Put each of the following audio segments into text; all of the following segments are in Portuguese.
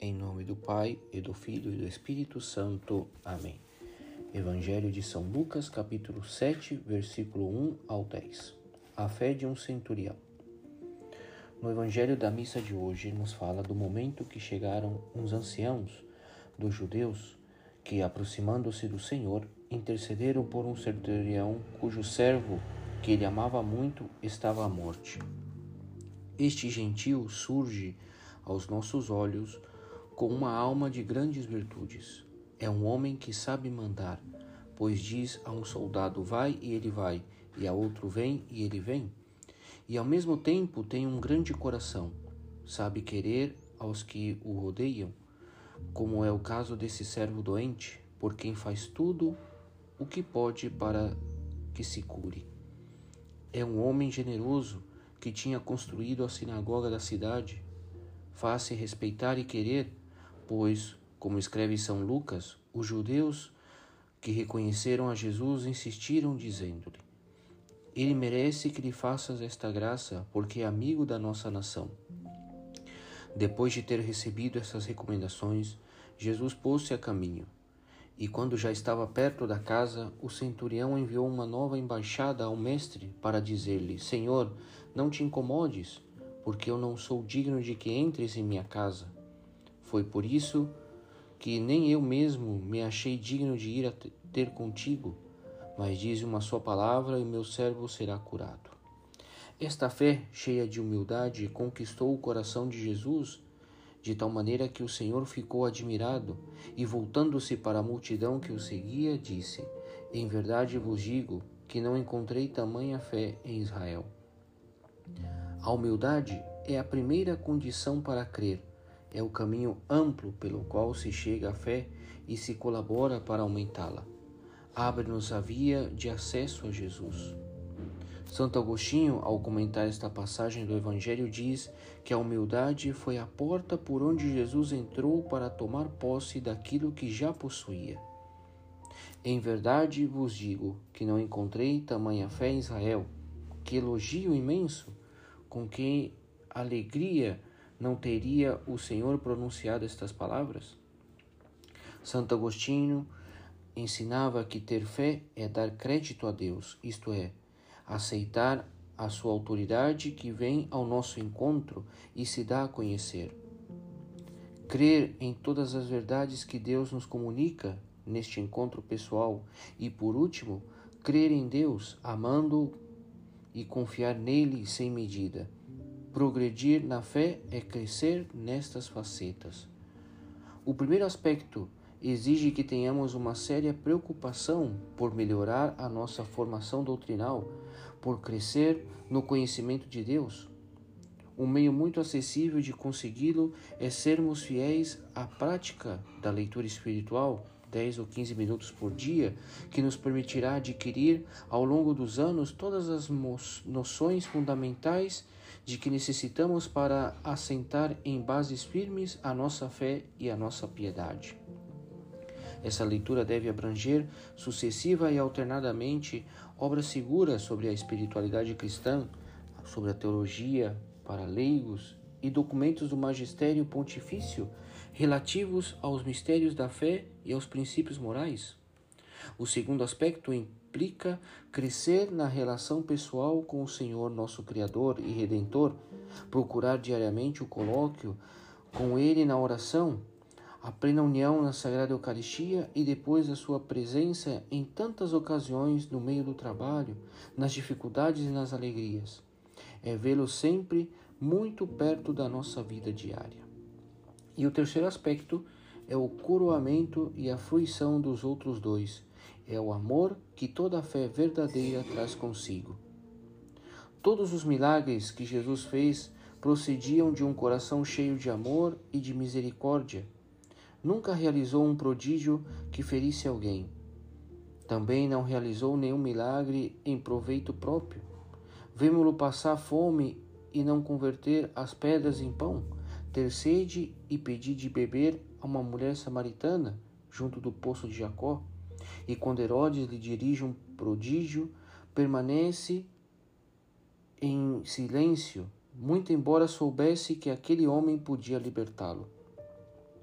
Em nome do Pai, e do Filho, e do Espírito Santo. Amém. Evangelho de São Lucas, capítulo 7, versículo 1 ao 10. A fé de um centurião. No Evangelho da missa de hoje, nos fala do momento que chegaram uns anciãos dos judeus que, aproximando-se do Senhor, intercederam por um centurião cujo servo, que ele amava muito, estava à morte. Este gentil surge aos nossos olhos com uma alma de grandes virtudes. É um homem que sabe mandar, pois diz a um soldado vai e ele vai, e a outro vem e ele vem. E ao mesmo tempo tem um grande coração, sabe querer aos que o rodeiam, como é o caso desse servo doente, por quem faz tudo o que pode para que se cure. É um homem generoso que tinha construído a sinagoga da cidade. Faz-se respeitar e querer, pois, como escreve São Lucas, os judeus que reconheceram a Jesus insistiram dizendo-lhe: ele merece que lhe faças esta graça, porque é amigo da nossa nação. Depois de ter recebido essas recomendações, Jesus pôs-se a caminho. E quando já estava perto da casa, o centurião enviou uma nova embaixada ao mestre para dizer-lhe: Senhor, não te incomodes, porque eu não sou digno de que entres em minha casa. Foi por isso que nem eu mesmo me achei digno de ir a ter contigo, mas dize uma só palavra e meu servo será curado. Esta fé, cheia de humildade, conquistou o coração de Jesus, de tal maneira que o Senhor ficou admirado e, voltando-se para a multidão que o seguia, disse: em verdade vos digo que não encontrei tamanha fé em Israel. A humildade é a primeira condição para crer. É o caminho amplo pelo qual se chega à fé e se colabora para aumentá-la. Abre-nos a via de acesso a Jesus. Santo Agostinho, ao comentar esta passagem do Evangelho, diz que a humildade foi a porta por onde Jesus entrou para tomar posse daquilo que já possuía. Em verdade vos digo que não encontrei tamanha fé em Israel. Que elogio imenso! Com que alegria não teria o Senhor pronunciado estas palavras? Santo Agostinho ensinava que ter fé é dar crédito a Deus, isto é, aceitar a sua autoridade que vem ao nosso encontro e se dá a conhecer. Crer em todas as verdades que Deus nos comunica neste encontro pessoal e, por último, crer em Deus, amando-o e confiar nele sem medida. Progredir na fé é crescer nestas facetas. O primeiro aspecto exige que tenhamos uma séria preocupação por melhorar a nossa formação doutrinal, por crescer no conhecimento de Deus. Um meio muito acessível de consegui-lo é sermos fiéis à prática da leitura espiritual, 10 ou 15 minutos por dia, que nos permitirá adquirir ao longo dos anos todas as noções fundamentais de que necessitamos para assentar em bases firmes a nossa fé e a nossa piedade. Essa leitura deve abranger, sucessiva e alternadamente, obras seguras sobre a espiritualidade cristã, sobre a teologia para leigos e documentos do magistério pontifício relativos aos mistérios da fé e aos princípios morais. O segundo aspecto implica crescer na relação pessoal com o Senhor, nosso Criador e Redentor, procurar diariamente o colóquio com Ele na oração, a plena união na Sagrada Eucaristia e depois a sua presença em tantas ocasiões no meio do trabalho, nas dificuldades e nas alegrias. É vê-lo sempre muito perto da nossa vida diária. E o terceiro aspecto é o coroamento e a fruição dos outros dois. É o amor que toda a fé verdadeira traz consigo. Todos os milagres que Jesus fez procediam de um coração cheio de amor e de misericórdia. Nunca realizou um prodígio que ferisse alguém. Também não realizou nenhum milagre em proveito próprio. Vemo-lo passar fome e não converter as pedras em pão, ter sede e pedir de beber a uma mulher samaritana junto do poço de Jacó. E quando Herodes lhe dirige um prodígio, permanece em silêncio, muito embora soubesse que aquele homem podia libertá-lo.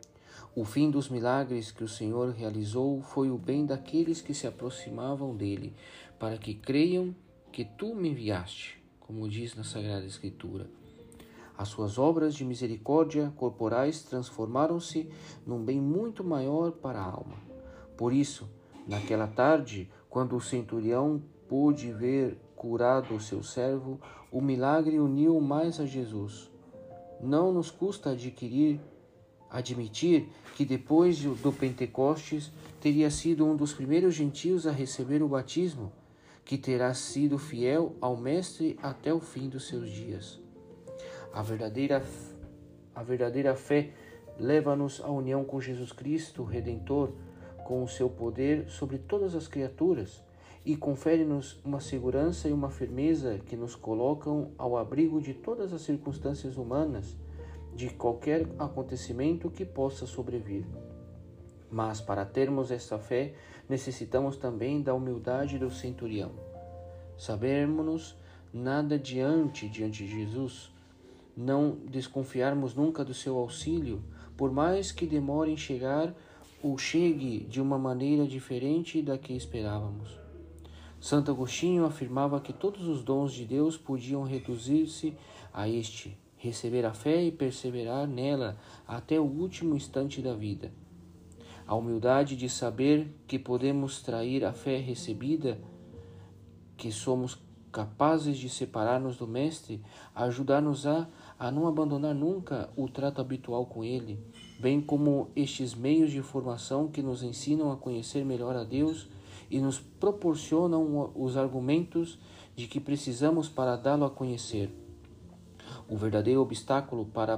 O fim dos milagres que o Senhor realizou foi o bem daqueles que se aproximavam dele, para que creiam que tu me enviaste, como diz na Sagrada Escritura. As suas obras de misericórdia corporais transformaram-se num bem muito maior para a alma. Por isso, naquela tarde, quando o centurião pôde ver curado o seu servo, o milagre uniu mais a Jesus. Não nos custa admitir que depois do Pentecostes teria sido um dos primeiros gentios a receber o batismo, que terá sido fiel ao Mestre até o fim dos seus dias. A verdadeira fé leva-nos à união com Jesus Cristo, Redentor, com o seu poder sobre todas as criaturas, e confere-nos uma segurança e uma firmeza que nos colocam ao abrigo de todas as circunstâncias humanas, de qualquer acontecimento que possa sobrevir. Mas para termos esta fé, necessitamos também da humildade do centurião. Sabermos nada diante de Jesus, não desconfiarmos nunca do seu auxílio, por mais que demore em chegar ou chegue de uma maneira diferente da que esperávamos. Santo Agostinho afirmava que todos os dons de Deus podiam reduzir-se a este: receber a fé e perseverar nela até o último instante da vida. A humildade de saber que podemos trair a fé recebida, que somos capazes de separar-nos do Mestre, ajudar-nos a não abandonar nunca o trato habitual com Ele, bem como estes meios de formação que nos ensinam a conhecer melhor a Deus e nos proporcionam os argumentos de que precisamos para dá-lo a conhecer. O verdadeiro obstáculo para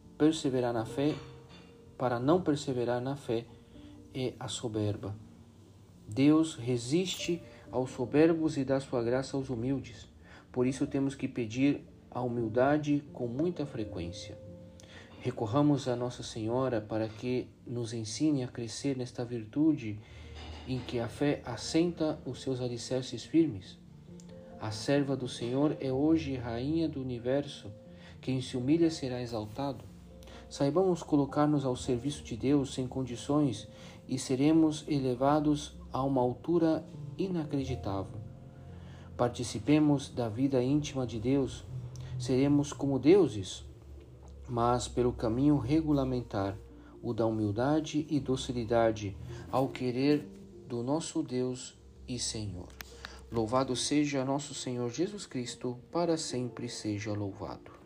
não perseverar na fé, é a soberba. Deus resiste aos soberbos e dá sua graça aos humildes. Por isso temos que pedir a humildade com muita frequência. Recorramos a Nossa Senhora para que nos ensine a crescer nesta virtude em que a fé assenta os seus alicerces firmes. A serva do Senhor é hoje rainha do universo. Quem se humilha será exaltado. Saibamos colocar-nos ao serviço de Deus sem condições e seremos elevados a uma altura inacreditável. Participemos da vida íntima de Deus, seremos como deuses, mas pelo caminho regulamentar, o da humildade e docilidade, ao querer do nosso Deus e Senhor. Louvado seja nosso Senhor Jesus Cristo, para sempre seja louvado.